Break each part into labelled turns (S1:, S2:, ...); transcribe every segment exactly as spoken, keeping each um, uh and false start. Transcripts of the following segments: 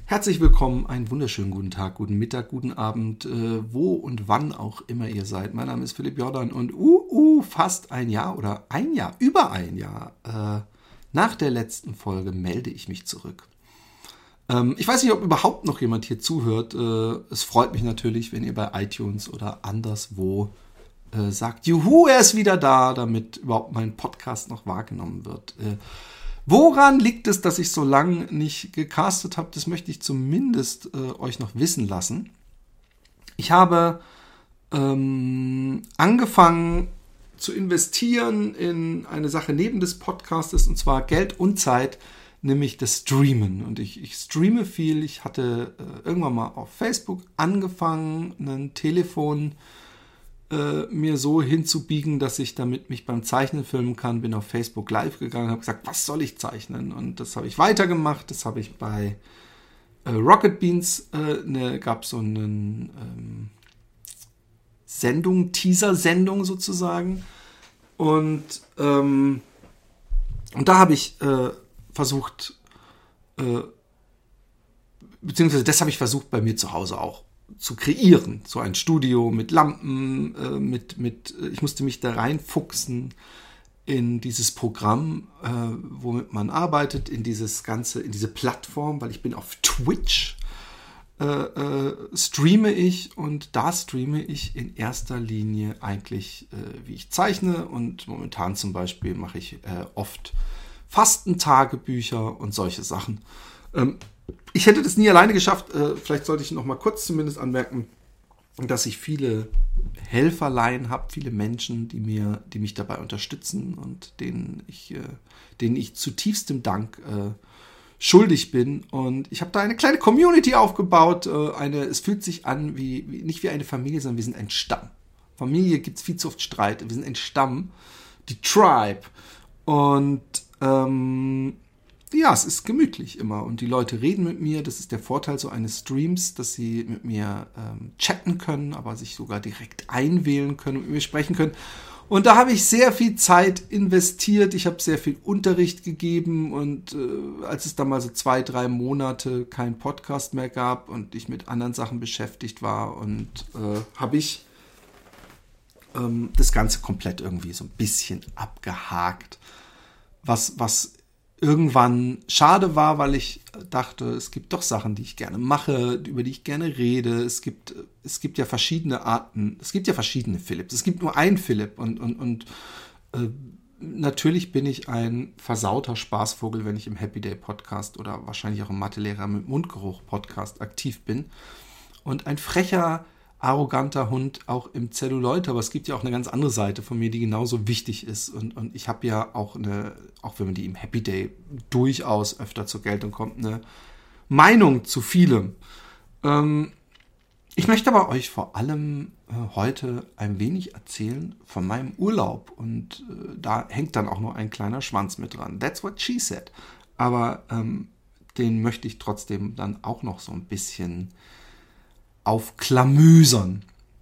S1: Herzlich willkommen, einen wunderschönen guten Tag, guten Mittag, guten Abend, äh, wo und wann auch immer ihr seid. Mein Name ist Philipp Jordan und uh, uh, fast ein Jahr oder ein Jahr, über ein Jahr äh, nach der letzten Folge melde ich mich zurück. Ähm, ich weiß nicht, ob überhaupt noch jemand hier zuhört. Äh, es freut mich natürlich, wenn ihr bei iTunes oder anderswo äh, sagt, juhu, er ist wieder da, damit überhaupt mein Podcast noch wahrgenommen wird. Äh, Woran liegt es, dass ich so lange nicht gecastet habe? Das möchte ich zumindest äh, euch noch wissen lassen. Ich habe ähm, angefangen zu investieren in eine Sache neben des Podcastes, und zwar Geld und Zeit, nämlich das Streamen. Und ich, ich streame viel. Ich hatte äh, irgendwann mal auf Facebook angefangen, ein Telefon mir so hinzubiegen, dass ich damit mich beim Zeichnen filmen kann. Bin auf Facebook live gegangen, habe gesagt, was soll ich zeichnen? Und das habe ich weitergemacht. Das habe ich bei äh, Rocket Beans, äh, ne, gab so eine ähm, Sendung, Teaser-Sendung sozusagen. Und, ähm, und da habe ich äh, versucht, äh, beziehungsweise das habe ich versucht bei mir zu Hause auch zu kreieren, so ein Studio mit Lampen, äh, mit, mit, ich musste mich da reinfuchsen in dieses Programm, äh, womit man arbeitet, in dieses ganze, in diese Plattform, weil ich bin auf Twitch, äh, äh, streame ich und da streame ich in erster Linie eigentlich, äh, wie ich zeichne, und momentan zum Beispiel mache ich äh, oft Fastentagebücher und solche Sachen. Ähm, Ich hätte das nie alleine geschafft. Vielleicht sollte ich noch mal kurz zumindest anmerken, dass ich viele Helferlein habe, viele Menschen, die mir, die mich dabei unterstützen und denen ich, denen ich zutiefstem Dank äh, schuldig bin. Und ich habe da eine kleine Community aufgebaut. Eine, es fühlt sich an wie, wie nicht wie eine Familie, sondern wir sind ein Stamm. Familie gibt es viel zu oft Streit. Wir sind ein Stamm, die Tribe. Und ähm, ja, es ist gemütlich immer und die Leute reden mit mir. Das ist der Vorteil so eines Streams, dass sie mit mir ähm, chatten können, aber sich sogar direkt einwählen können und mit mir sprechen können. Und da habe ich sehr viel Zeit investiert. Ich habe sehr viel Unterricht gegeben und äh, als es dann mal so zwei, drei Monate kein Podcast mehr gab und ich mit anderen Sachen beschäftigt war, und äh, habe ich ähm, das Ganze komplett irgendwie so ein bisschen abgehakt. Was, was irgendwann schade war, weil ich dachte, es gibt doch Sachen, die ich gerne mache, über die ich gerne rede. Es gibt, es gibt ja verschiedene Arten, es gibt ja verschiedene Philipps. Es gibt nur einen Philipp und, und, und äh, natürlich bin ich ein versauter Spaßvogel, wenn ich im Happy Day Podcast oder wahrscheinlich auch im Mathelehrer mit Mundgeruch Podcast aktiv bin. Und ein frecher, arroganter Hund auch im Zelluloid, aber es gibt ja auch eine ganz andere Seite von mir, die genauso wichtig ist, und, und ich habe ja auch eine, auch wenn man die im Happy Day durchaus öfter zur Geltung kommt, eine Meinung zu vielem. Ähm, ich möchte aber euch vor allem äh, heute ein wenig erzählen von meinem Urlaub, und äh, da hängt dann auch nur ein kleiner Schwanz mit dran. That's what she said. Aber ähm, den möchte ich trotzdem dann auch noch so ein bisschen aufklamüsern.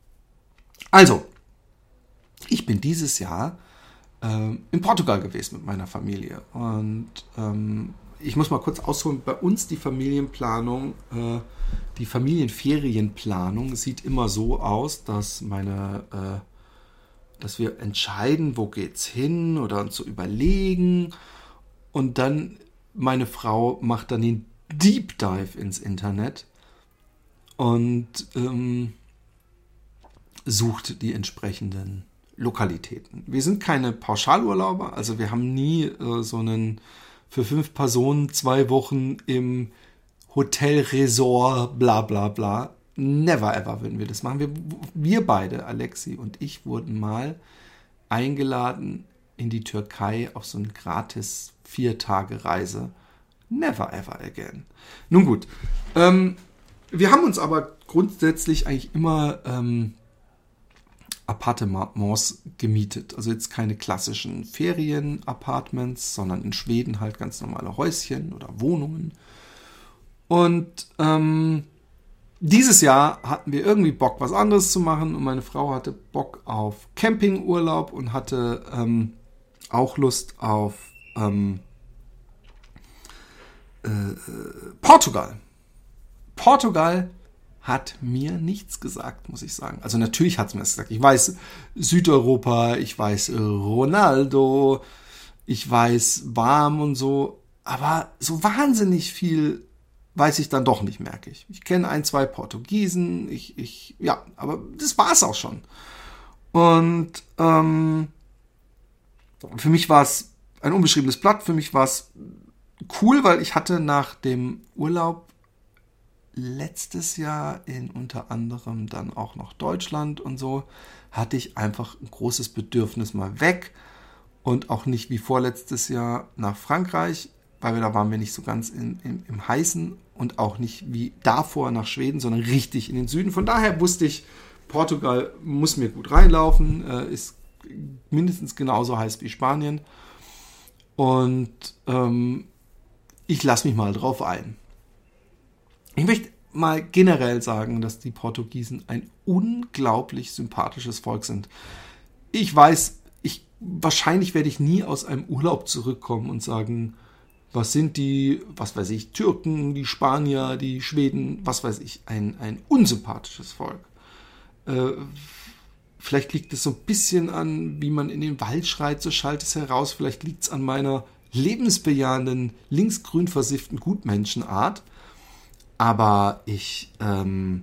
S1: Also, ich bin dieses Jahr äh, in Portugal gewesen mit meiner Familie, und ähm, ich muss mal kurz ausholen, bei uns die Familienplanung, äh, die Familienferienplanung sieht immer so aus, dass meine, äh, dass wir entscheiden, wo geht's hin, oder uns so überlegen, und dann meine Frau macht dann den Deep Dive ins Internet und ähm, sucht die entsprechenden Lokalitäten. Wir sind keine Pauschalurlauber, also wir haben nie äh, so einen für fünf Personen zwei Wochen im Hotel, Resort, bla bla bla. Never ever würden wir das machen. Wir, wir beide, Alexi und ich, wurden mal eingeladen in die Türkei auf so eine gratis vier Tage Reise. Never ever again. Nun gut, ähm, wir haben uns aber grundsätzlich eigentlich immer ähm, Appartements gemietet. Also jetzt keine klassischen Ferien-Apartments, sondern in Schweden halt ganz normale Häuschen oder Wohnungen. Und ähm, dieses Jahr hatten wir irgendwie Bock, was anderes zu machen, und meine Frau hatte Bock auf Campingurlaub und hatte ähm, auch Lust auf ähm, äh, Portugal. Portugal hat mir nichts gesagt, muss ich sagen. Also natürlich hat es mir das gesagt. Ich weiß Südeuropa, ich weiß Ronaldo, ich weiß warm und so, aber so wahnsinnig viel weiß ich dann doch nicht, merke ich. Ich kenne ein, zwei Portugiesen, ich, ich, ja, aber das war's auch schon. Und ähm, für mich war es ein unbeschriebenes Blatt, für mich war es cool, weil ich hatte nach dem Urlaub letztes Jahr in unter anderem dann auch noch Deutschland und so, hatte ich einfach ein großes Bedürfnis mal weg und auch nicht wie vorletztes Jahr nach Frankreich, weil wir, da waren wir nicht so ganz in, in, im Heißen und auch nicht wie davor nach Schweden, sondern richtig in den Süden. Von daher wusste ich, Portugal muss mir gut reinlaufen, äh, ist mindestens genauso heiß wie Spanien und ähm, ich lasse mich mal drauf ein. Ich möchte mal generell sagen, dass die Portugiesen ein unglaublich sympathisches Volk sind. Ich weiß, ich, wahrscheinlich werde ich nie aus einem Urlaub zurückkommen und sagen, was sind die, was weiß ich, Türken, die Spanier, die Schweden, was weiß ich, ein, ein unsympathisches Volk. Äh, vielleicht liegt es so ein bisschen an, wie man in den Wald schreit, so schallt es heraus. Vielleicht liegt es an meiner lebensbejahenden, linksgrün versifften Gutmenschenart. Aber ich, ähm,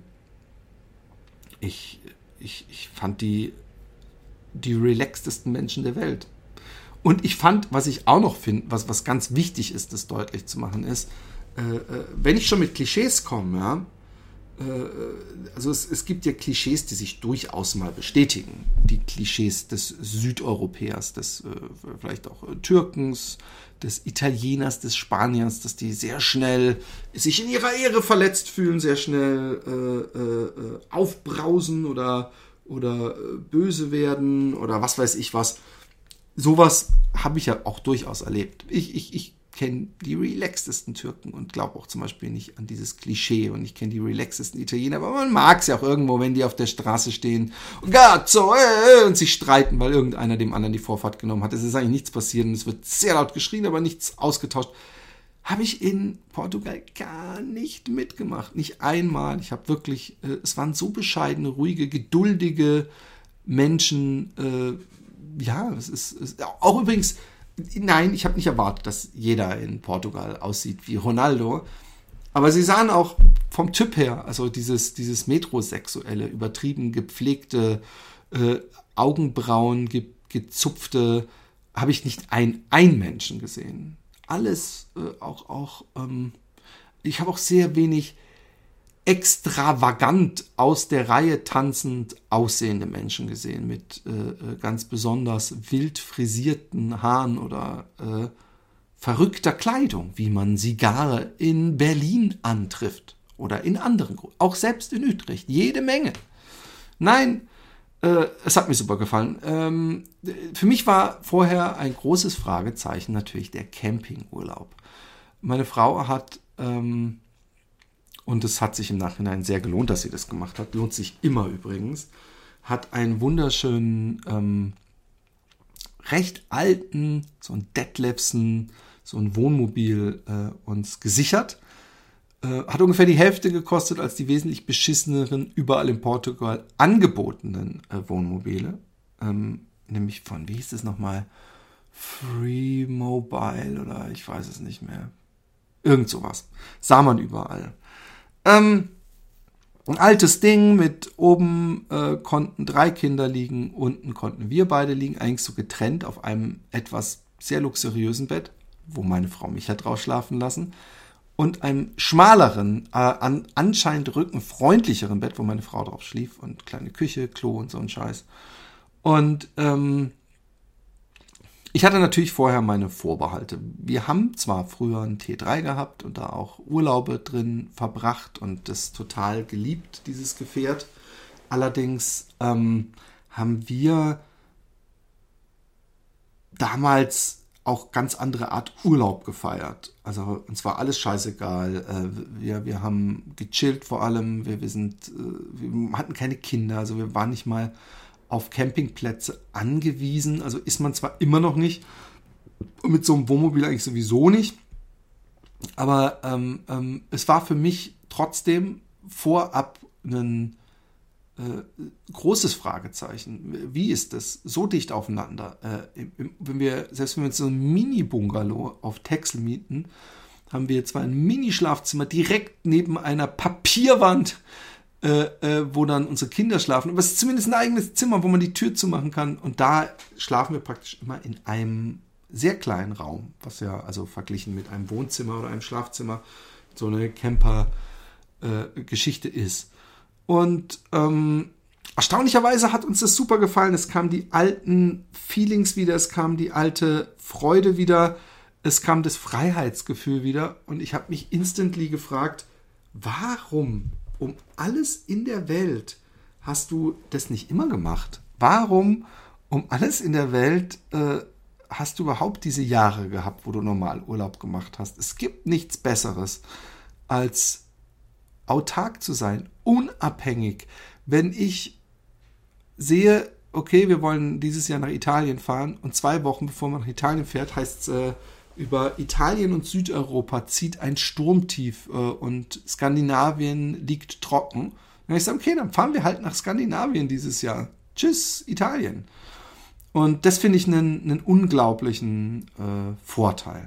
S1: ich, ich, ich fand die, die relaxtesten Menschen der Welt. Und ich fand, was ich auch noch finde, was, was ganz wichtig ist, das deutlich zu machen, ist, äh, wenn ich schon mit Klischees komme, ja, äh, also es, es gibt ja Klischees, die sich durchaus mal bestätigen. Die Klischees des Südeuropäers, des äh, vielleicht auch äh, Türkens, des Italieners, des Spaniers, dass die sehr schnell sich in ihrer Ehre verletzt fühlen, sehr schnell äh, äh, aufbrausen oder, oder äh, böse werden oder was weiß ich was. Sowas habe ich ja auch durchaus erlebt. Ich, ich, ich kenne die relaxtesten Türken und glaube auch zum Beispiel nicht an dieses Klischee und ich kenne die relaxtesten Italiener, aber man mag es ja auch irgendwo, wenn die auf der Straße stehen und, Gazzo, äh, und sich streiten, weil irgendeiner dem anderen die Vorfahrt genommen hat. Es ist eigentlich nichts passiert und es wird sehr laut geschrien, aber nichts ausgetauscht. Habe ich in Portugal gar nicht mitgemacht. Nicht einmal. Ich habe wirklich, äh, es waren so bescheidene, ruhige, geduldige Menschen, äh, ja, es ist, es, auch übrigens, nein, ich habe nicht erwartet, dass jeder in Portugal aussieht wie Ronaldo, aber sie sahen auch vom Typ her, also dieses, dieses metrosexuelle, übertrieben gepflegte, äh, Augenbrauen, ge, gezupfte, habe ich nicht ein, ein Menschen gesehen. Alles äh, auch, auch ähm, ich habe auch sehr wenig extravagant aus der Reihe tanzend aussehende Menschen gesehen mit äh, ganz besonders wild frisierten Haaren oder äh, verrückter Kleidung, wie man sie gar in Berlin antrifft oder in anderen Gruppen, auch selbst in Utrecht, jede Menge. Nein, äh, es hat mir super gefallen. Ähm, für mich war vorher ein großes Fragezeichen natürlich der Campingurlaub. Meine Frau hat ähm, und es hat sich im Nachhinein sehr gelohnt, dass sie das gemacht hat. Lohnt sich immer übrigens. Hat einen wunderschönen, ähm, recht alten, so ein Detlefsen, so ein Wohnmobil äh, uns gesichert. Äh, hat ungefähr die Hälfte gekostet als die wesentlich beschisseneren, überall in Portugal angebotenen äh, Wohnmobile. Ähm, nämlich von, wie hieß es nochmal? Free Mobile oder ich weiß es nicht mehr. Irgend sowas. Sah man überall. Ähm, ein altes Ding mit oben äh, konnten drei Kinder liegen, unten konnten wir beide liegen, eigentlich so getrennt auf einem etwas sehr luxuriösen Bett, wo meine Frau mich hat drauf schlafen lassen, und einem schmaleren, äh, an, anscheinend rückenfreundlicheren Bett, wo meine Frau drauf schlief und kleine Küche, Klo und so ein Scheiß. Und ähm, ich hatte natürlich vorher meine Vorbehalte. Wir haben zwar früher einen T drei gehabt und da auch Urlaube drin verbracht und das total geliebt, dieses Gefährt. Allerdings ähm, haben wir damals auch ganz andere Art Urlaub gefeiert. Also uns war alles scheißegal. Äh, wir, wir haben gechillt vor allem. Wir, wir, sind, äh, wir hatten keine Kinder, also wir waren nicht mal auf Campingplätze angewiesen, also ist man zwar immer noch nicht und mit so einem Wohnmobil eigentlich sowieso nicht, Aber ähm, ähm, es war für mich trotzdem vorab ein äh, großes Fragezeichen. Wie ist das so dicht aufeinander? Äh, im, im, wenn wir, selbst wenn wir uns so ein Mini-Bungalow auf Texel mieten, haben wir zwar ein Mini-Schlafzimmer direkt neben einer Papierwand, äh, äh, wo dann unsere Kinder schlafen. Aber es ist zumindest ein eigenes Zimmer, wo man die Tür zumachen kann. Und da schlafen wir praktisch immer in einem sehr kleinen Raum, was ja also verglichen mit einem Wohnzimmer oder einem Schlafzimmer so eine Camper-Geschichte äh, ist. Und ähm, erstaunlicherweise hat uns das super gefallen. Es kamen die alten Feelings wieder, es kam die alte Freude wieder, es kam das Freiheitsgefühl wieder. Und ich habe mich instantly gefragt, warum um alles in der Welt hast du das nicht immer gemacht? Warum um alles in der Welt äh, hast du überhaupt diese Jahre gehabt, wo du normal Urlaub gemacht hast? Es gibt nichts Besseres, als autark zu sein, unabhängig. Wenn ich sehe, okay, wir wollen dieses Jahr nach Italien fahren und zwei Wochen bevor man nach Italien fährt, heißt es, äh, über Italien und Südeuropa zieht ein Sturmtief äh, und Skandinavien liegt trocken. Und ich sage, okay, dann fahren wir halt nach Skandinavien dieses Jahr. Tschüss, Italien. Und das finde ich einen, einen unglaublichen äh, Vorteil.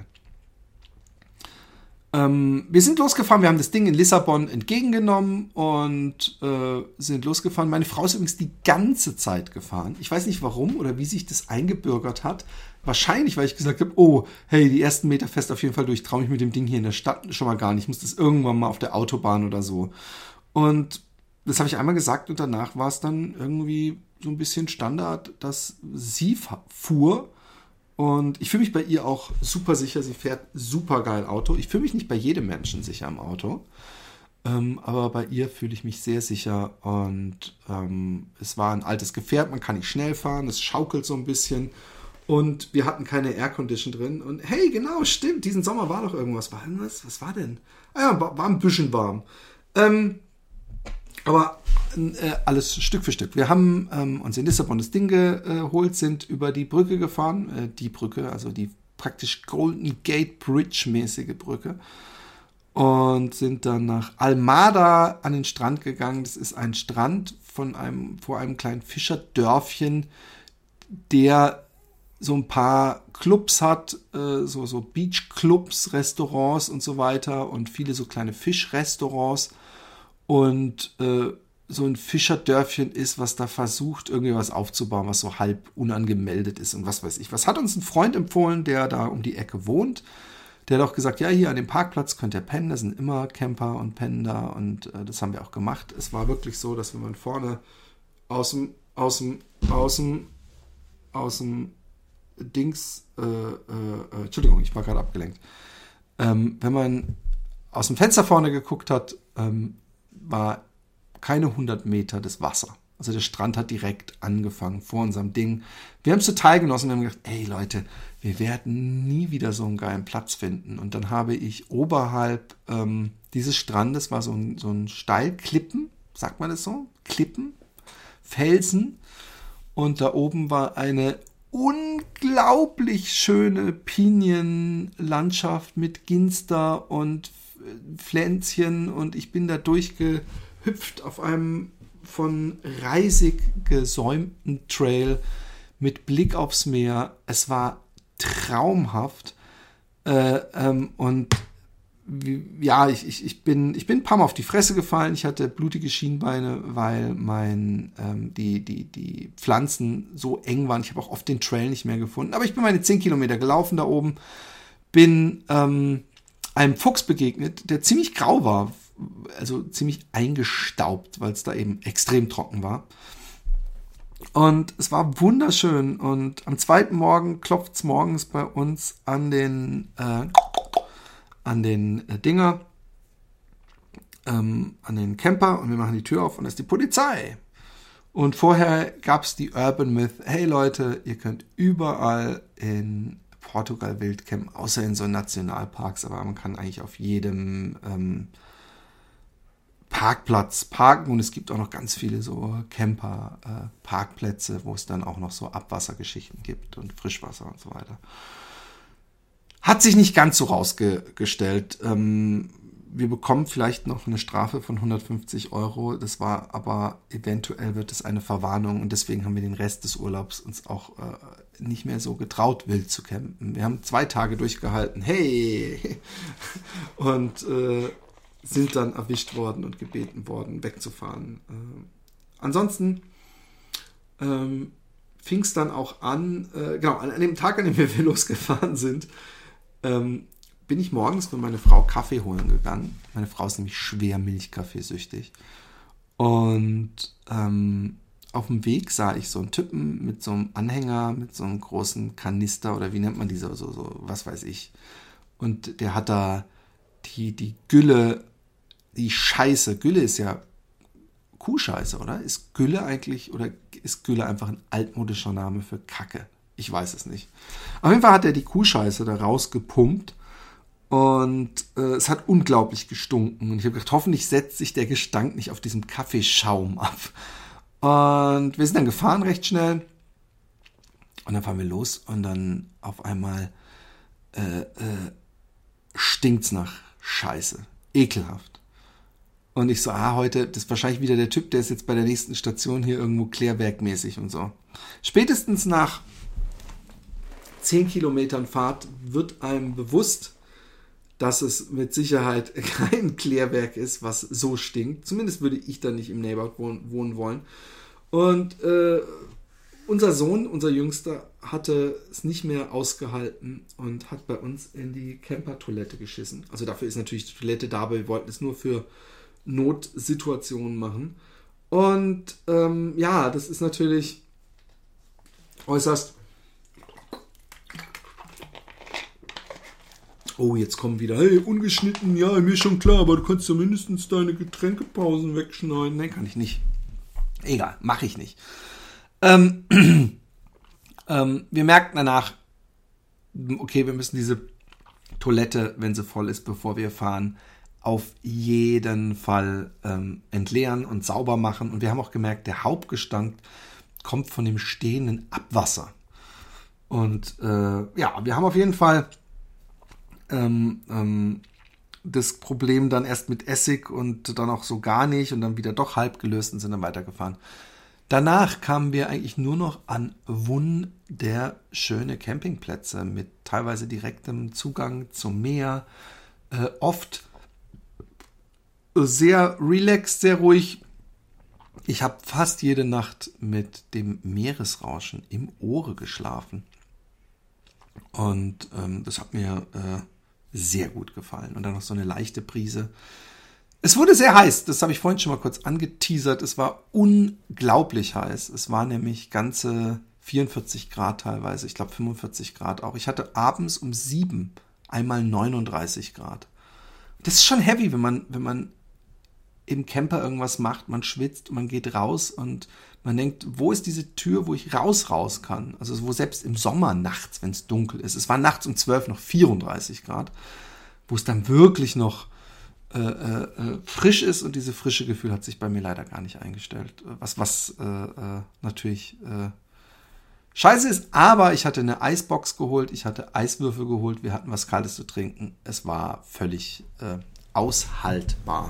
S1: Ähm, wir sind losgefahren, wir haben das Ding in Lissabon entgegengenommen und äh, sind losgefahren. Meine Frau ist übrigens die ganze Zeit gefahren. Ich weiß nicht warum oder wie sich das eingebürgert hat. Wahrscheinlich, weil ich gesagt habe, oh, hey, die ersten Meter fest auf jeden Fall durch, traue mich mit dem Ding hier in der Stadt schon mal gar nicht. Ich muss das irgendwann mal auf der Autobahn oder so. Und das habe ich einmal gesagt und danach war es dann irgendwie so ein bisschen Standard, dass sie fuhr. Und ich fühle mich bei ihr auch super sicher. Sie fährt super geil Auto. Ich fühle mich nicht bei jedem Menschen sicher im Auto. Ähm, aber bei ihr fühle ich mich sehr sicher. Und ähm, es war ein altes Gefährt. Man kann nicht schnell fahren. Es schaukelt so ein bisschen. Und wir hatten keine Aircondition drin. Und hey, genau, stimmt. Diesen Sommer war doch irgendwas. War irgendwas? Was war denn? Ah ja, war, war ein bisschen warm. Ähm, aber äh, alles Stück für Stück. Wir haben ähm, uns in Lissabon das Ding geholt, sind über die Brücke gefahren, äh, die Brücke, also die praktisch Golden Gate Bridge mäßige Brücke und sind dann nach Almada an den Strand gegangen. Das ist ein Strand von einem, vor einem kleinen Fischerdörfchen, der so ein paar Clubs hat, äh, so, so Beachclubs, Restaurants und so weiter und viele so kleine Fischrestaurants. Und äh, so ein Fischerdörfchen ist, was da versucht, irgendwie was aufzubauen, was so halb unangemeldet ist und was weiß ich. Was hat uns ein Freund empfohlen, der da um die Ecke wohnt? Der hat auch gesagt, ja, hier an dem Parkplatz könnt ihr pennen, da sind immer Camper und Pennen da und äh, das haben wir auch gemacht. Es war wirklich so, dass wenn man vorne aus dem, aus dem, aus dem, aus dem Dings, äh, äh, Entschuldigung, ich war gerade abgelenkt. Ähm, wenn man aus dem Fenster vorne geguckt hat, ähm, war keine hundert Meter das Wasser. Also der Strand hat direkt angefangen vor unserem Ding. Wir haben es total genossen. Wir haben gedacht, ey Leute, wir werden nie wieder so einen geilen Platz finden. Und dann habe ich oberhalb ähm, dieses Strandes, war so ein, so ein Steilklippen, sagt man das so? Klippen, Felsen. Und da oben war eine unglaublich schöne Pinienlandschaft mit Ginster und Pflänzchen und ich bin da durchgehüpft auf einem von Reisig gesäumten Trail mit Blick aufs Meer. Es war traumhaft äh, ähm, und wie, ja, ich, ich, ich, bin, ich bin ein paar Mal auf die Fresse gefallen. Ich hatte blutige Schienbeine, weil mein, ähm, die, die, die Pflanzen so eng waren. Ich habe auch oft den Trail nicht mehr gefunden. Aber ich bin meine zehn Kilometer gelaufen da oben, bin ähm, einem Fuchs begegnet, der ziemlich grau war, also ziemlich eingestaubt, weil es da eben extrem trocken war. Und es war wunderschön. Und am zweiten Morgen klopft es morgens bei uns an den, äh, an den äh, Dinger, ähm, an den Camper und wir machen die Tür auf und da ist die Polizei. Und vorher gab es die Urban Myth, hey Leute, ihr könnt überall in Portugal Wildcampen, außer in so Nationalparks, aber man kann eigentlich auf jedem ähm, Parkplatz parken und es gibt auch noch ganz viele so Camper-Parkplätze, äh, wo es dann auch noch so Abwassergeschichten gibt und Frischwasser und so weiter. Hat sich nicht ganz so rausgestellt. Ähm, wir bekommen vielleicht noch eine Strafe von hundertfünfzig Euro. Das war aber eventuell wird es eine Verwarnung und deswegen haben wir den Rest des Urlaubs uns auch äh, nicht mehr so getraut, wild zu campen. Wir haben zwei Tage durchgehalten. Hey! Und äh, sind dann erwischt worden und gebeten worden, wegzufahren. Äh, ansonsten ähm, fing es dann auch an, äh, genau, an, an dem Tag, an dem wir losgefahren sind, ähm, bin ich morgens für meine Frau Kaffee holen gegangen. Meine Frau ist nämlich schwer Milchkaffeesüchtig. Und ähm, auf dem Weg sah ich so einen Typen mit so einem Anhänger, mit so einem großen Kanister oder wie nennt man diese, so, so, was weiß ich. Und der hat da die, die Gülle, die Scheiße. Gülle ist ja Kuhscheiße, oder? Ist Gülle eigentlich, oder ist Gülle einfach ein altmodischer Name für Kacke? Ich weiß es nicht. Auf jeden Fall hat er die Kuhscheiße da rausgepumpt und äh, es hat unglaublich gestunken. Und ich habe gedacht, hoffentlich setzt sich der Gestank nicht auf diesem Kaffeeschaum ab. Und wir sind dann gefahren recht schnell. Und dann fahren wir los und dann auf einmal äh, äh, stinkt's nach Scheiße. Ekelhaft. Und ich so, ah, heute, das ist wahrscheinlich wieder der Typ, der ist jetzt bei der nächsten Station hier irgendwo klärwerkmäßig und so. Spätestens nach zehn Kilometern Fahrt wird einem bewusst, dass es mit Sicherheit kein Klärwerk ist, was so stinkt. Zumindest würde ich dann nicht im Neighborhood wohnen, wohnen wollen. Und äh, unser Sohn, unser Jüngster, hatte es nicht mehr ausgehalten und hat bei uns in die Camper-Toilette geschissen. Also dafür ist natürlich die Toilette da, aber wir wollten es nur für Notsituationen machen. Und ähm, ja, das ist natürlich äußerst... Oh, jetzt kommen wieder, hey, ungeschnitten, ja, mir schon klar, aber du kannst ja mindestens deine Getränkepausen wegschneiden. Nein, kann ich nicht. Egal, mache ich nicht. Ähm, ähm, wir merkten danach, okay, wir müssen diese Toilette, wenn sie voll ist, bevor wir fahren, auf jeden Fall ähm, entleeren und sauber machen. Und wir haben auch gemerkt, der Hauptgestank kommt von dem stehenden Abwasser. Und äh, ja, wir haben auf jeden Fall Ähm, ähm, das Problem dann erst mit Essig und dann auch so gar nicht und dann wieder doch halb gelöst und sind dann weitergefahren. Danach kamen wir eigentlich nur noch an wunderschöne Campingplätze mit teilweise direktem Zugang zum Meer, äh, oft sehr relaxed, sehr ruhig. Ich habe fast jede Nacht mit dem Meeresrauschen im Ohre geschlafen. Und ähm, das hat mir äh, sehr gut gefallen. Und dann noch so eine leichte Prise. Es wurde sehr heiß, das habe ich vorhin schon mal kurz angeteasert. Es war unglaublich heiß. Es war nämlich ganze vierundvierzig Grad teilweise, ich glaube fünfundvierzig Grad auch. Ich hatte abends um sieben einmal neununddreißig Grad. Das ist schon heavy, wenn man, wenn man im Camper irgendwas macht, man schwitzt, man geht raus und man denkt, wo ist diese Tür, wo ich raus raus kann? Also wo selbst im Sommer nachts, wenn es dunkel ist, es war nachts um zwölf noch vierunddreißig Grad, wo es dann wirklich noch äh, äh, frisch ist und diese frische Gefühl hat sich bei mir leider gar nicht eingestellt. Was, was äh, äh, natürlich äh, scheiße ist, aber ich hatte eine Eisbox geholt, ich hatte Eiswürfel geholt, wir hatten was Kaltes zu trinken. Es war völlig äh, aushaltbar.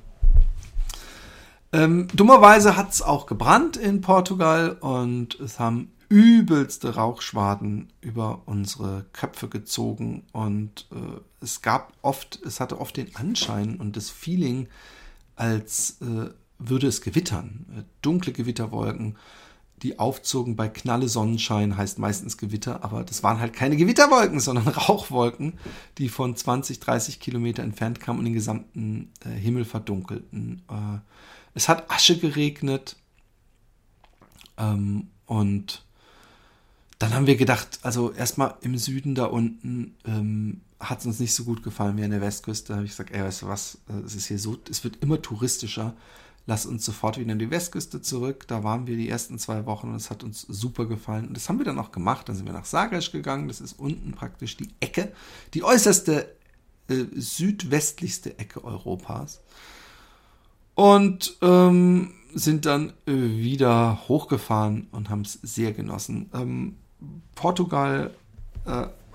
S1: Ähm, dummerweise hat es auch gebrannt in Portugal und es haben übelste Rauchschwaden über unsere Köpfe gezogen und äh, es gab oft, es hatte oft den Anschein und das Feeling, als äh, würde es gewittern. Äh, dunkle Gewitterwolken, die aufzogen bei Knalle Sonnenschein, heißt meistens Gewitter, aber das waren halt keine Gewitterwolken, sondern Rauchwolken, die von zwanzig, dreißig Kilometer entfernt kamen und den gesamten äh, Himmel verdunkelten. Äh, Es hat Asche geregnet ähm, und dann haben wir gedacht, also erstmal im Süden da unten ähm, hat es uns nicht so gut gefallen wie an der Westküste. Da habe ich gesagt, ey, weißt du was, es ist hier so, es wird immer touristischer. Lass uns sofort wieder an die Westküste zurück. Da waren wir die ersten zwei Wochen und es hat uns super gefallen. Und das haben wir dann auch gemacht. Dann sind wir nach Zagreb gegangen. Das ist unten praktisch die Ecke, die äußerste äh, südwestlichste Ecke Europas. Und ähm, sind dann äh, wieder hochgefahren und haben es sehr genossen. Ähm, Portugal äh,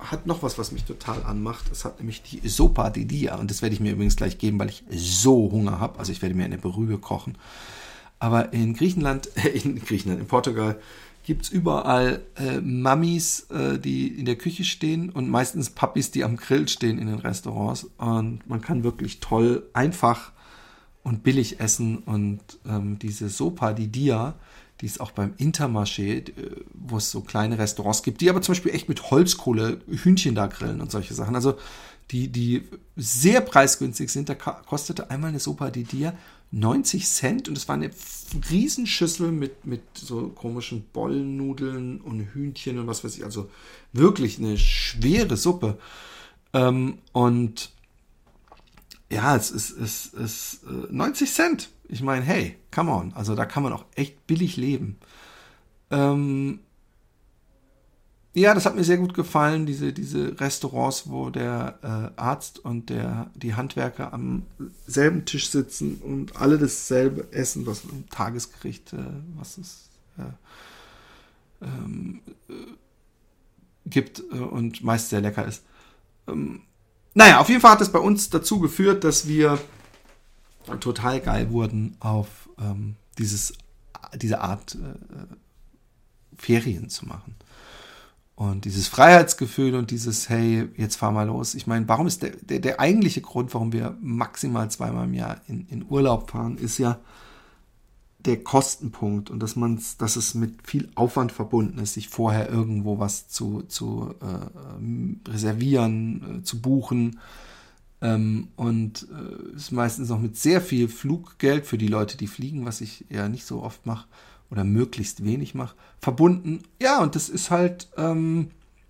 S1: hat noch was, was mich total anmacht. Es hat nämlich die Sopa di Dia. Und das werde ich mir übrigens gleich geben, weil ich so Hunger habe. Also ich werde mir eine Brühe kochen. Aber in Griechenland, äh, in Griechenland, in Portugal gibt es überall äh, Mamis, äh, die in der Küche stehen und meistens Papis, die am Grill stehen in den Restaurants. Und man kann wirklich toll, einfach und billig essen. Und ähm, diese Sopa di Dia, die ist auch beim Intermarché, wo es so kleine Restaurants gibt, die aber zum Beispiel echt mit Holzkohle Hühnchen da grillen und solche Sachen. Also die, die sehr preisgünstig sind. Da kostete einmal eine Sopa di Dia neunzig Cent und es war eine Riesenschüssel mit, mit so komischen Bollennudeln und Hühnchen und was weiß ich. Also wirklich eine schwere Suppe. Ähm, und ja, es ist, es ist, es ist äh, neunzig Cent. Ich meine, hey, come on. Also da kann man auch echt billig leben. Ähm, ja, das hat mir sehr gut gefallen, diese, diese Restaurants, wo der äh, Arzt und der, die Handwerker am selben Tisch sitzen und alle dasselbe essen, was ein Tagesgericht, äh, was es äh, ähm, äh, gibt äh, und meist sehr lecker ist. Ähm, naja, auf jeden Fall hat es bei uns dazu geführt, dass wir total geil wurden auf ähm, dieses, diese Art äh, Ferien zu machen. Und dieses Freiheitsgefühl und dieses, hey, jetzt fahr mal los. Ich meine, warum ist der, der, der eigentliche Grund, warum wir maximal zweimal im Jahr in, in Urlaub fahren, ist ja der Kostenpunkt und dass man's, dass es mit viel Aufwand verbunden ist, sich vorher irgendwo was zu, zu äh, reservieren, äh, zu buchen. Ähm, und äh, ist meistens noch mit sehr viel Fluggeld für die Leute, die fliegen, was ich ja nicht so oft mache oder möglichst wenig mache, verbunden. Ja, und das ist halt ähm,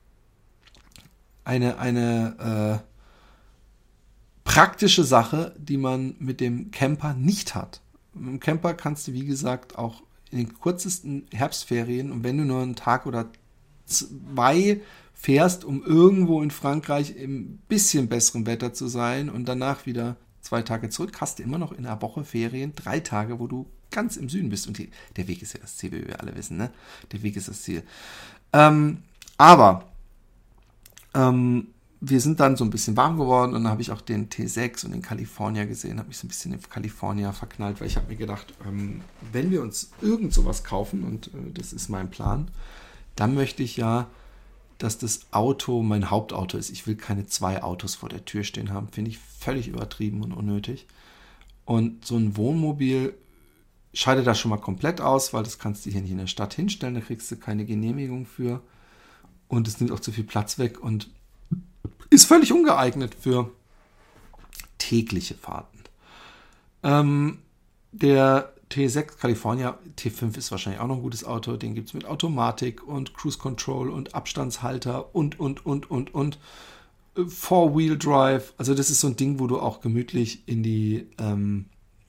S1: eine, eine äh, praktische Sache, die man mit dem Camper nicht hat. Mit dem Camper kannst du, wie gesagt, auch in den kürzesten Herbstferien und wenn du nur einen Tag oder zwei fährst, um irgendwo in Frankreich im bisschen besseren Wetter zu sein und danach wieder zwei Tage zurück, hast du immer noch in einer Woche Ferien drei Tage, wo du ganz im Süden bist. Und die, der Weg ist ja das Ziel, wie wir alle wissen, ne? Der Weg ist das Ziel. Ähm, aber ähm, wir sind dann so ein bisschen warm geworden und dann habe ich auch den T sechs und den California gesehen, habe mich so ein bisschen in California verknallt, weil ich habe mir gedacht, ähm, wenn wir uns irgend sowas kaufen, und äh, das ist mein Plan, dann möchte ich ja, dass das Auto mein Hauptauto ist. Ich will keine zwei Autos vor der Tür stehen haben. Finde ich völlig übertrieben und unnötig. Und so ein Wohnmobil scheidet da schon mal komplett aus, weil das kannst du hier nicht in der Stadt hinstellen. Da kriegst du keine Genehmigung für. Und es nimmt auch zu viel Platz weg und ist völlig ungeeignet für tägliche Fahrten. Ähm, der T sechs California, T fünf ist wahrscheinlich auch noch ein gutes Auto. Den gibt es mit Automatik und Cruise Control und Abstandshalter und, und, und, und, und. Four-Wheel Drive. Also das ist so ein Ding, wo du auch gemütlich in die, ähm,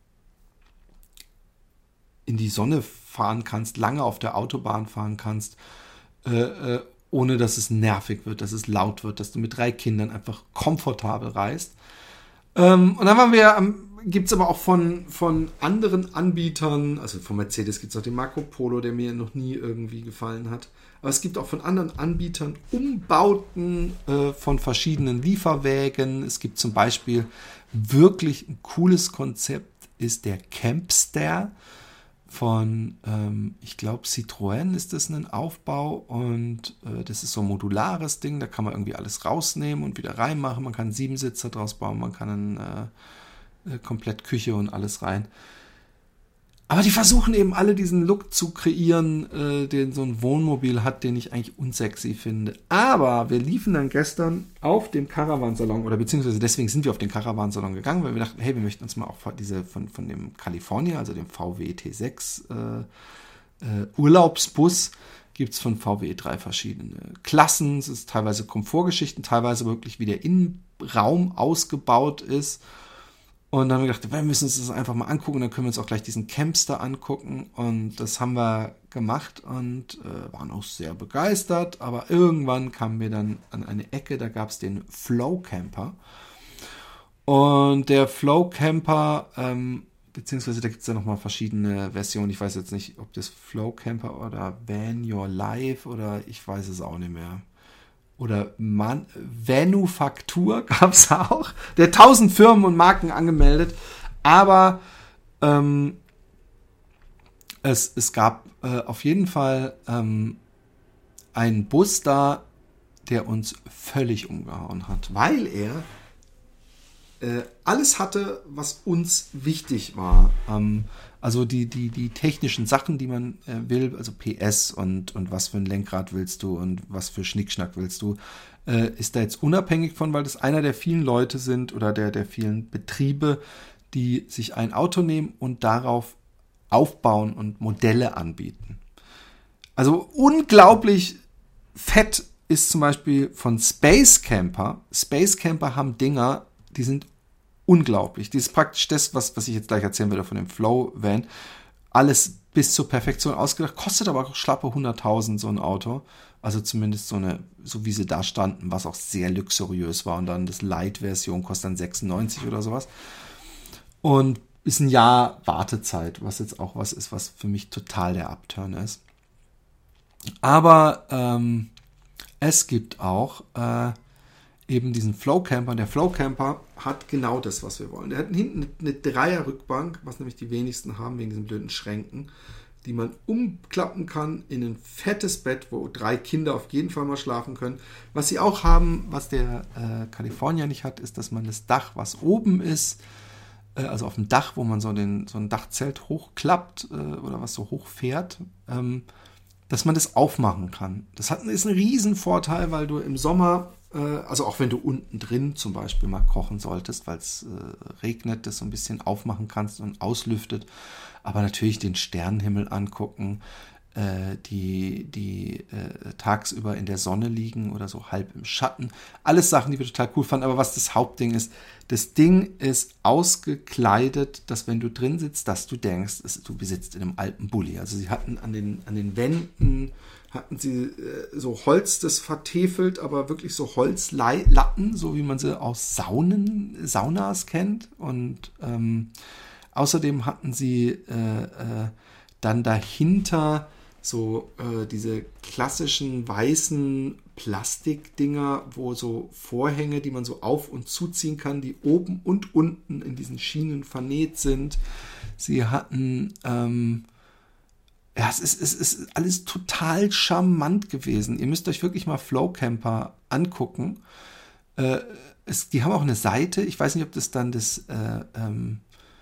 S1: in die Sonne fahren kannst, lange auf der Autobahn fahren kannst, äh, äh, ohne dass es nervig wird, dass es laut wird, dass du mit drei Kindern einfach komfortabel reist. Ähm, und dann waren wir am gibt es aber auch von, von anderen Anbietern, also von Mercedes gibt es auch den Marco Polo, der mir noch nie irgendwie gefallen hat. Aber es gibt auch von anderen Anbietern Umbauten äh, von verschiedenen Lieferwägen. Es gibt zum Beispiel wirklich ein cooles Konzept, ist der Campster von, ähm, ich glaube, Citroën ist das ein Aufbau und äh, das ist so ein modulares Ding, da kann man irgendwie alles rausnehmen und wieder reinmachen. Man kann einen Siebensitzer draus bauen, man kann einen äh, komplett Küche und alles rein. Aber die versuchen eben alle diesen Look zu kreieren, äh, den so ein Wohnmobil hat, den ich eigentlich unsexy finde. Aber wir liefen dann gestern auf dem Caravansalon, oder beziehungsweise deswegen sind wir auf den Caravansalon gegangen, weil wir dachten, hey, wir möchten uns mal auch diese von, von dem California, also dem V W T sechs äh, äh, Urlaubsbus, gibt es von V W drei verschiedene Klassen. Es ist teilweise Komfortgeschichten, teilweise wirklich wie der Innenraum ausgebaut ist. Und dann haben wir gedacht, wir müssen uns das einfach mal angucken. Dann können wir uns auch gleich diesen Campster angucken. Und das haben wir gemacht und äh, waren auch sehr begeistert. Aber irgendwann kamen wir dann an eine Ecke, da gab es den Flow Camper. Und der Flow Camper, ähm, beziehungsweise da gibt es ja nochmal verschiedene Versionen. Ich weiß jetzt nicht, ob das Flow Camper oder Van Your Life oder ich weiß es auch nicht mehr. oder Man- Manufaktur gab es auch. Der hat tausend Firmen und Marken angemeldet. Aber ähm, es, es gab äh, auf jeden Fall ähm, einen Bus da, der uns völlig umgehauen hat, weil er äh, alles hatte, was uns wichtig war. Ähm, also die, die, die technischen Sachen, die man äh, will, also P S und, und was für ein Lenkrad willst du und was für Schnickschnack willst du, äh, ist da jetzt unabhängig von, weil das einer der vielen Leute sind oder der, der vielen Betriebe, die sich ein Auto nehmen und darauf aufbauen und Modelle anbieten. Also unglaublich fett ist zum Beispiel von Space Camper. Space Camper haben Dinger, die sind unglaublich. Das ist praktisch das, was, was ich jetzt gleich erzählen werde von dem Flow Van. Alles bis zur Perfektion ausgedacht, kostet aber auch schlappe hunderttausend so ein Auto. Also zumindest so eine, so wie sie da standen, was auch sehr luxuriös war. Und dann das Light-Version kostet dann sechsundneunzig oder sowas. Und ist ein Jahr Wartezeit, was jetzt auch was ist, was für mich total der Upturn ist. Aber ähm, es gibt auch äh, eben diesen Flow Camper. Der Flow Camper hat genau das, was wir wollen. Der hat hinten eine Dreier-Rückbank, was nämlich die wenigsten haben, wegen diesen blöden Schränken, die man umklappen kann in ein fettes Bett, wo drei Kinder auf jeden Fall mal schlafen können. Was sie auch haben, was der äh, California nicht hat, ist, dass man das Dach, was oben ist, äh, also auf dem Dach, wo man so, den, so ein Dachzelt hochklappt äh, oder was so hochfährt, ähm, dass man das aufmachen kann. Das hat, ist ein Riesenvorteil, weil du im Sommer, äh, also auch wenn du unten drin zum Beispiel mal kochen solltest, weil es äh, regnet, das so ein bisschen aufmachen kannst und auslüftet, aber natürlich den Sternenhimmel angucken, äh, die, die äh, tagsüber in der Sonne liegen oder so halb im Schatten. Alles Sachen, die wir total cool fanden, aber was das Hauptding ist, das Ding ist ausgekleidet, dass wenn du drin sitzt, dass du denkst, es, du besitzt in einem alten Bulli. Also sie hatten an den, an den Wänden, hatten sie äh, so Holz, das vertefelt, aber wirklich so Holzlatten, so wie man sie aus Saunen, Saunas kennt. Und ähm, außerdem hatten sie äh, äh, dann dahinter so äh, diese klassischen weißen Plastikdinger, wo so Vorhänge, die man so auf- und zuziehen kann, die oben und unten in diesen Schienen vernäht sind. Sie hatten, ähm, ja, es ist, es ist alles total charmant gewesen. Ihr müsst euch wirklich mal Flow Camper angucken. Äh, es, die haben auch eine Seite, ich weiß nicht, ob das dann das äh, ähm,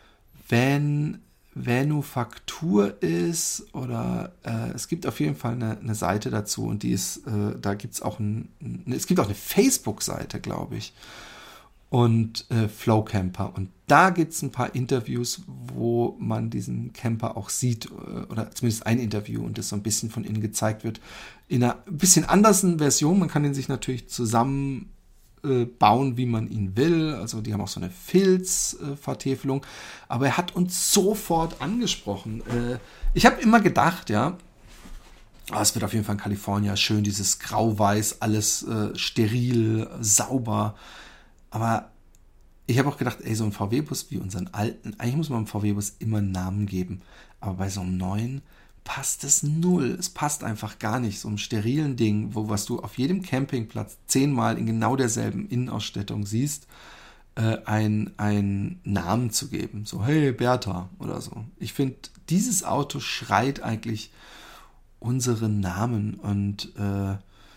S1: Van Manufaktur ist oder äh, es gibt auf jeden Fall eine, eine Seite dazu und die ist, äh, da gibt es auch ein, ein, es gibt auch eine Facebook-Seite, glaube ich, und äh, Flow Camper und da gibt es ein paar Interviews, wo man diesen Camper auch sieht äh, oder zumindest ein Interview und das so ein bisschen von innen gezeigt wird, in einer ein bisschen anderen Version, man kann ihn sich natürlich zusammen bauen, wie man ihn will. Also die haben auch so eine Filzvertäfelung. Aber er hat uns sofort angesprochen. Ich habe immer gedacht, ja, es wird auf jeden Fall in Kalifornien schön, dieses Grau-Weiß, alles steril, sauber. Aber ich habe auch gedacht, ey, so ein V W-Bus wie unseren alten, eigentlich muss man einem V W-Bus immer einen Namen geben. Aber bei so einem neuen passt es null. Es passt einfach gar nicht. So einem sterilen Ding, wo was du auf jedem Campingplatz zehnmal in genau derselben Innenausstattung siehst, äh, ein, einen Namen zu geben. So, hey, Bertha oder so. Ich finde, dieses Auto schreit eigentlich unseren Namen und, äh,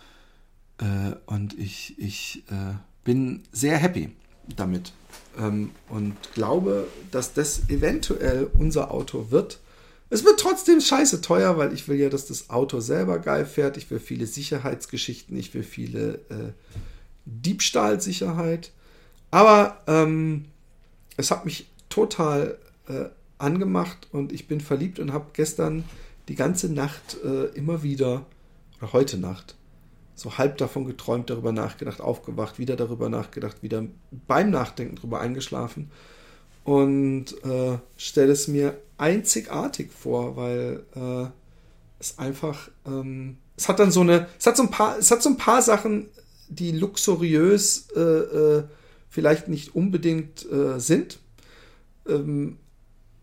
S1: äh, und ich, ich äh, bin sehr happy damit ähm, und glaube, dass das eventuell unser Auto wird. Es wird trotzdem scheiße teuer, weil ich will ja, dass das Auto selber geil fährt. Ich will viele Sicherheitsgeschichten, ich will viele äh, Diebstahlsicherheit. Aber ähm, es hat mich total äh, angemacht und ich bin verliebt und habe gestern die ganze Nacht äh, immer wieder, oder heute Nacht, so halb davon geträumt, darüber nachgedacht, aufgewacht, wieder darüber nachgedacht, wieder beim Nachdenken darüber eingeschlafen. Und äh, stelle es mir einzigartig vor, weil äh, es einfach, ähm, es hat dann so eine, es hat so ein paar, es hat so ein paar Sachen, die luxuriös äh, äh, vielleicht nicht unbedingt äh, sind. Ähm,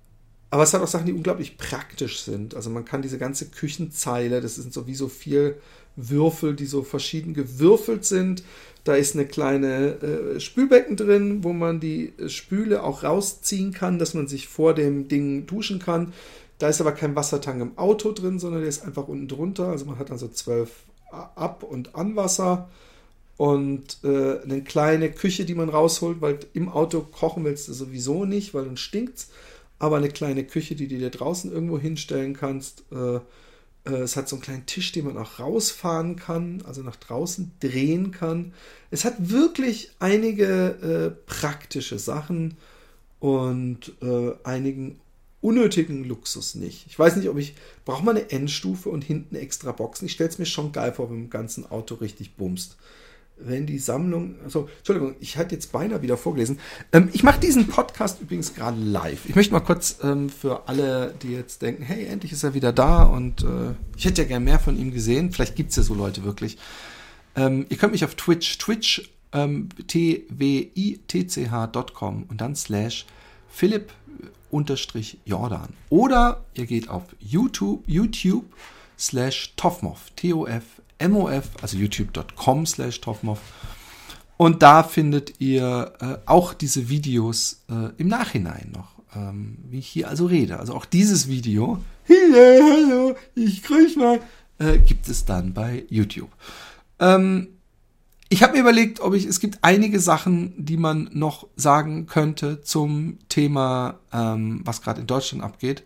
S1: Aber es hat auch Sachen, die unglaublich praktisch sind. Also man kann diese ganze Küchenzeile, das sind sowieso vier Würfel, die so verschieden gewürfelt sind. Da ist eine kleine äh, Spülbecken drin, wo man die Spüle auch rausziehen kann, dass man sich vor dem Ding duschen kann. Da ist aber kein Wassertank im Auto drin, sondern der ist einfach unten drunter. Also man hat dann so zwölf Ab- und Anwasser und äh, eine kleine Küche, die man rausholt, weil im Auto kochen willst du sowieso nicht, weil dann stinkt's. Aber eine kleine Küche, die du dir draußen irgendwo hinstellen kannst. Äh, äh, es hat so einen kleinen Tisch, den man auch rausfahren kann, also nach draußen drehen kann. Es hat wirklich einige äh, praktische Sachen und äh, einigen unnötigen Luxus nicht. Ich weiß nicht, ob ich, braucht man eine Endstufe und hinten extra Boxen? Ich stelle es mir schon geil vor, wenn man im ganzen Auto richtig bumst. Wenn die Sammlung, also, Entschuldigung, ich hatte jetzt beinahe wieder vorgelesen. Ähm, ich mache diesen Podcast übrigens gerade live. Ich möchte mal kurz ähm, für alle, die jetzt denken, hey, endlich ist er wieder da und äh, ich hätte ja gern mehr von ihm gesehen. Vielleicht gibt es ja so Leute wirklich. Ähm, ihr könnt mich auf Twitch, Twitch, ähm, t w i t c h punkt com und dann slash Philipp unterstrich Jordan. Oder ihr geht auf YouTube, YouTube slash Toffmoff, T O F M O F, also youtube punkt com slash Toffmoff. Und da findet ihr äh, auch diese Videos äh, im Nachhinein noch, ähm, wie ich hier also rede. Also auch dieses Video, hey, hallo, ich grüß mal, äh, gibt es dann bei YouTube. Ähm, Ich habe mir überlegt, ob ich, es gibt einige Sachen, die man noch sagen könnte zum Thema, ähm, was gerade in Deutschland abgeht.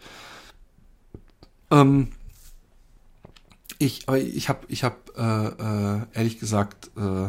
S1: Ähm, ich ich habe, ich hab, äh, äh, ehrlich gesagt, äh,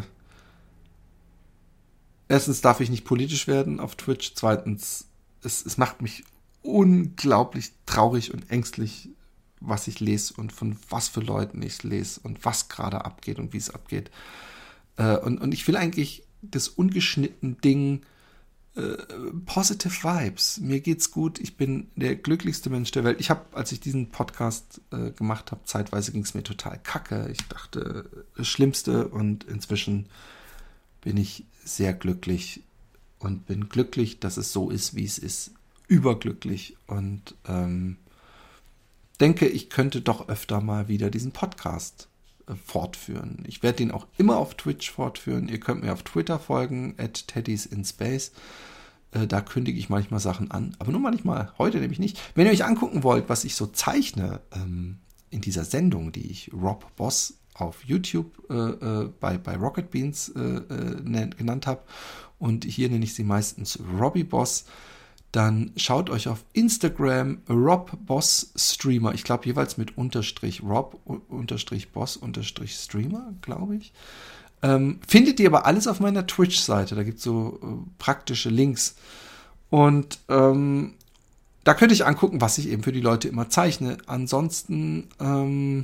S1: erstens darf ich nicht politisch werden auf Twitch. Zweitens, es, es macht mich unglaublich traurig und ängstlich, was ich lese und von was für Leuten ich lese und was gerade abgeht und wie es abgeht. Und, und ich will eigentlich das ungeschnittene Ding, äh, positive Vibes. Mir geht's gut. Ich bin der glücklichste Mensch der Welt. Ich habe, als ich diesen Podcast äh, gemacht habe, zeitweise ging es mir total kacke. Ich dachte, das Schlimmste, und inzwischen bin ich sehr glücklich und bin glücklich, dass es so ist, wie es ist. Überglücklich und ähm, denke, ich könnte doch öfter mal wieder diesen Podcast fortführen. Ich werde den auch immer auf Twitch fortführen. Ihr könnt mir auf Twitter folgen, at teddysInspace. Äh, da kündige ich manchmal Sachen an, aber nur manchmal, heute nämlich nicht. Wenn ihr euch angucken wollt, was ich so zeichne ähm, in dieser Sendung, die ich Rob Boss auf YouTube äh, äh, bei, bei Rocket Beans äh, äh, genannt habe, und hier nenne ich sie meistens Robbie Boss, dann schaut euch auf Instagram Rob Boss Streamer, ich glaube jeweils mit Unterstrich Rob, Unterstrich Boss, Unterstrich Streamer, glaube ich. Ähm, findet ihr aber alles auf meiner Twitch-Seite, da gibt es so äh, praktische Links. Und ähm, da könnt ihr euch angucken, was ich eben für die Leute immer zeichne. Ansonsten ähm,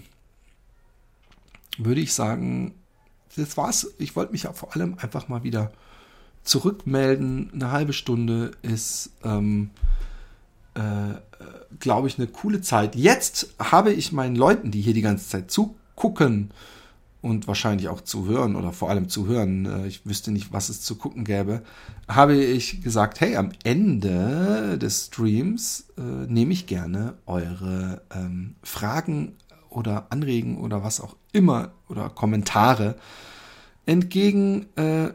S1: würde ich sagen, das war's. Ich wollte mich ja vor allem einfach mal wieder zurückmelden. Eine halbe Stunde ist, ähm, äh, glaube ich, eine coole Zeit. Jetzt habe ich meinen Leuten, die hier die ganze Zeit zugucken und wahrscheinlich auch zuhören oder vor allem zuhören, äh, ich wüsste nicht, was es zu gucken gäbe, habe ich gesagt, hey, am Ende des Streams äh, nehme ich gerne eure ähm, Fragen oder Anregen oder was auch immer oder Kommentare entgegen. Äh,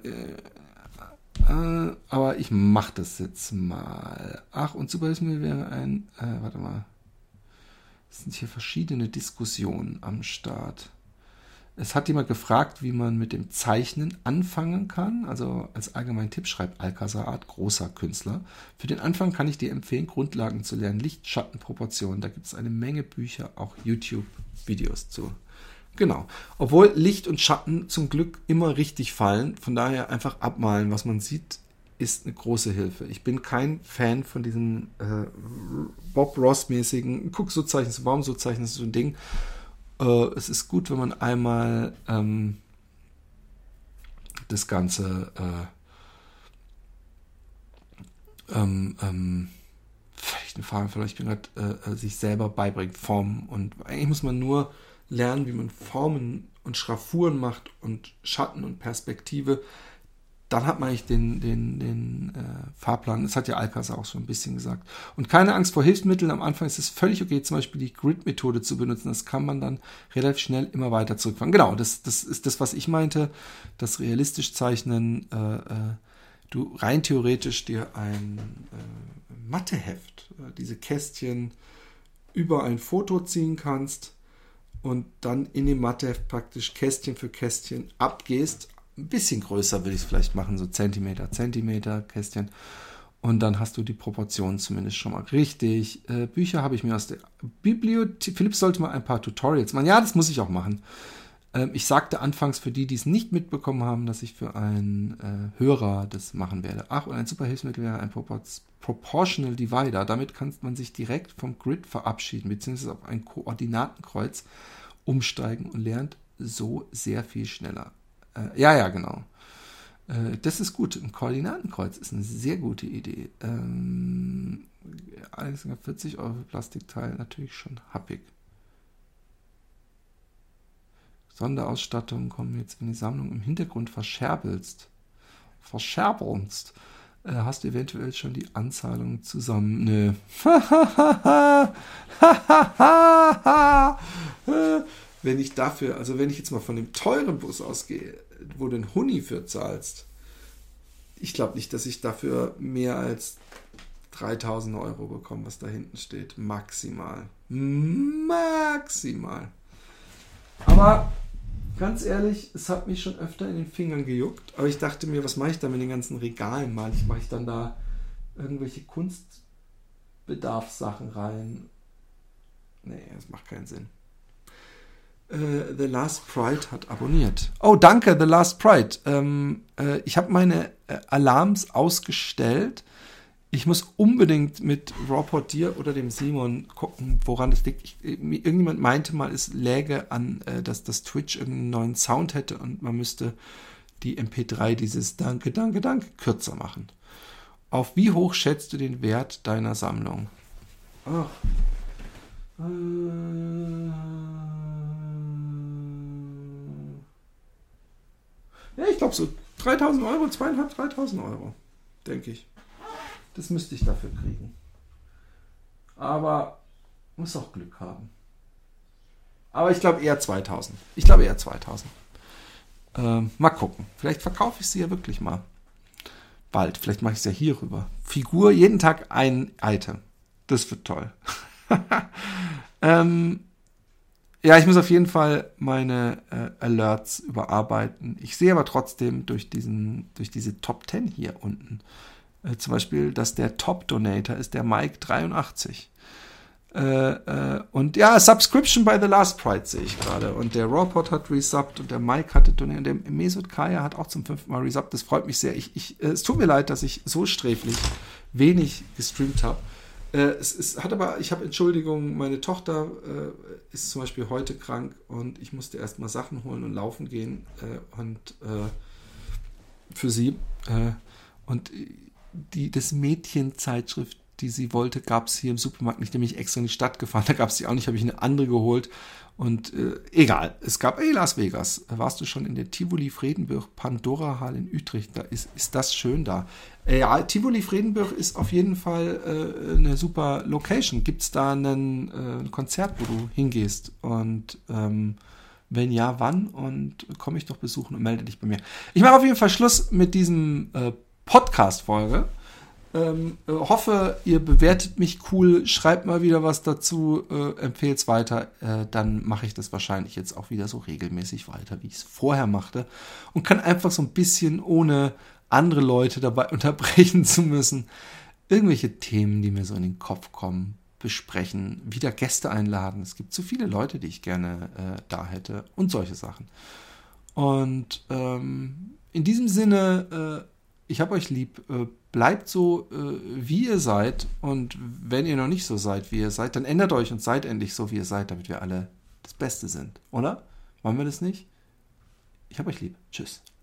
S1: Äh, aber ich mache das jetzt mal. Ach, und zum Beispiel wäre ein, äh, warte mal, es sind hier verschiedene Diskussionen am Start. Es hat jemand gefragt, wie man mit dem Zeichnen anfangen kann. Also als allgemeinen Tipp schreibt Alcazar Art, großer Künstler. Für den Anfang kann ich dir empfehlen, Grundlagen zu lernen, Licht, Schatten, Proportionen. Da gibt es eine Menge Bücher, auch YouTube-Videos zu. Genau. Obwohl Licht und Schatten zum Glück immer richtig fallen. Von daher einfach abmalen, was man sieht, ist eine große Hilfe. Ich bin kein Fan von diesem äh, Bob Ross-mäßigen, guck, so zeichnest du Baum, so zeichnest du ein Ding. Äh, es ist gut, wenn man einmal ähm, das Ganze äh, ähm, ähm, vielleicht eine Frage, vielleicht ich bin gerade äh, sich selber beibringt, Formen. Und eigentlich muss man nur lernen, wie man Formen und Schraffuren macht und Schatten und Perspektive. dann hat man eigentlich den, den, den äh, Fahrplan. Das hat ja Alcázar auch schon ein bisschen gesagt. Und keine Angst vor Hilfsmitteln. Am Anfang ist es völlig okay, zum Beispiel die Grid-Methode zu benutzen. Das kann man dann relativ schnell immer weiter zurückfahren. Genau, das, das ist das, was ich meinte. Das realistisch zeichnen. Äh, äh, du rein theoretisch dir ein äh, Matheheft, äh, diese Kästchen über ein Foto ziehen kannst und dann in dem Matheheft praktisch Kästchen für Kästchen abgehst. Ein bisschen größer will ich es vielleicht machen, so Zentimeter, Zentimeter Kästchen. Und dann hast du die Proportionen zumindest schon mal richtig. Äh, Bücher habe ich mir aus der Bibliothek. Philipp sollte mal ein paar Tutorials machen. Ja, das muss ich auch machen. Ähm, ich sagte anfangs für die, die es nicht mitbekommen haben, dass ich für einen äh, Hörer das machen werde. Ach, und ein super Hilfsmittel wäre ein Propor- Proportional Divider. Damit kann man sich direkt vom Grid verabschieden, beziehungsweise auf ein Koordinatenkreuz umsteigen und lernt so sehr viel schneller. Ja, ja, genau. Äh, das ist gut. Ein Koordinatenkreuz ist eine sehr gute Idee. Ähm, vierzig Euro für Plastikteil, natürlich schon happig. Sonderausstattung kommen jetzt, wenn die Sammlung im Hintergrund verscherbelst. Verscherbelst. Äh, hast du eventuell schon die Anzahlung zusammen? Nö. Wenn ich dafür, also wenn ich jetzt mal von dem teuren Bus ausgehe, wo du einen Huni für zahlst, ich glaube nicht, dass ich dafür mehr als dreitausend Euro bekomme, was da hinten steht. Maximal. Maximal. Aber ganz ehrlich, es hat mich schon öfter in den Fingern gejuckt. Aber ich dachte mir, was mache ich da mit den ganzen Regalen? Mal ich mache ich dann da irgendwelche Kunstbedarfssachen rein. Nee, das macht keinen Sinn. Uh, The Last Pride hat abonniert. Oh, danke, The Last Pride. Ähm, äh, ich habe meine äh, Alarms ausgestellt. Ich muss unbedingt mit Rawport dir oder dem Simon gucken, woran das liegt. Ich, irgendjemand meinte mal, es läge an, äh, dass das Twitch irgendeinen neuen Sound hätte und man müsste die M P drei, dieses Danke, Danke, Danke, kürzer machen. Auf wie hoch schätzt du den Wert deiner Sammlung? Ach. Äh... Ja, ich glaube so dreitausend Euro, zweieinhalb, dreitausend Euro, denke ich. Das müsste ich dafür kriegen. Aber muss auch Glück haben. Aber ich glaube eher zweitausend. Ich glaube eher zweitausend. Ähm, mal gucken. Vielleicht verkaufe ich sie ja wirklich mal. Bald. Vielleicht mache ich es ja hier rüber. Figur, jeden Tag ein Item. Das wird toll. ähm... Ja, ich muss auf jeden Fall meine äh, Alerts überarbeiten. Ich sehe aber trotzdem durch diesen, durch diese Top zehn hier unten, äh, zum Beispiel, dass der Top-Donator ist der Mike dreiundachtzig. Äh, äh, und ja, Subscription by The Last Pride sehe ich gerade. Und der Rawport hat resubbt und der Mike hatte donated. Und der Mesut Kaya hat auch zum fünften Mal resubbt. Das freut mich sehr. Ich, ich, äh, es tut mir leid, dass ich so sträflich wenig gestreamt habe. Äh, es, es hat aber, ich habe Entschuldigung, meine Tochter äh, ist zum Beispiel heute krank und ich musste erstmal Sachen holen und laufen gehen äh, und äh, für sie. Äh, und die, das Mädchenzeitschrift, die sie wollte, gab es hier im Supermarkt nicht, nämlich extra in die Stadt gefahren, da gab es die auch nicht, habe ich eine andere geholt. Und äh, egal, es gab, ey, Las Vegas, warst du schon in der Tivoli Vredenburg Pandora Hall in Utrecht? Da ist, ist das schön da. Äh, ja, Tivoli Vredenburg ist auf jeden Fall äh, eine super Location. Gibt es da einen, äh, ein Konzert, wo du hingehst? Und ähm, wenn ja, wann? Und komme ich doch besuchen und melde dich bei mir. Ich mache auf jeden Fall Schluss mit diesem äh, Podcast-Folge. Ähm, äh, hoffe, ihr bewertet mich cool, schreibt mal wieder was dazu, äh, empfehlt es weiter, äh, dann mache ich das wahrscheinlich jetzt auch wieder so regelmäßig weiter, wie ich es vorher machte und kann einfach so ein bisschen, ohne andere Leute dabei unterbrechen zu müssen, irgendwelche Themen, die mir so in den Kopf kommen, besprechen, wieder Gäste einladen. Es gibt zu viele Leute, die ich gerne äh, da hätte und solche Sachen. Und ähm, in diesem Sinne, äh, ich habe euch lieb, äh, bleibt so, äh, wie ihr seid. Und wenn ihr noch nicht so seid, wie ihr seid, dann ändert euch und seid endlich so, wie ihr seid, damit wir alle das Beste sind. Oder? Wollen wir das nicht? Ich habe euch lieb. Tschüss.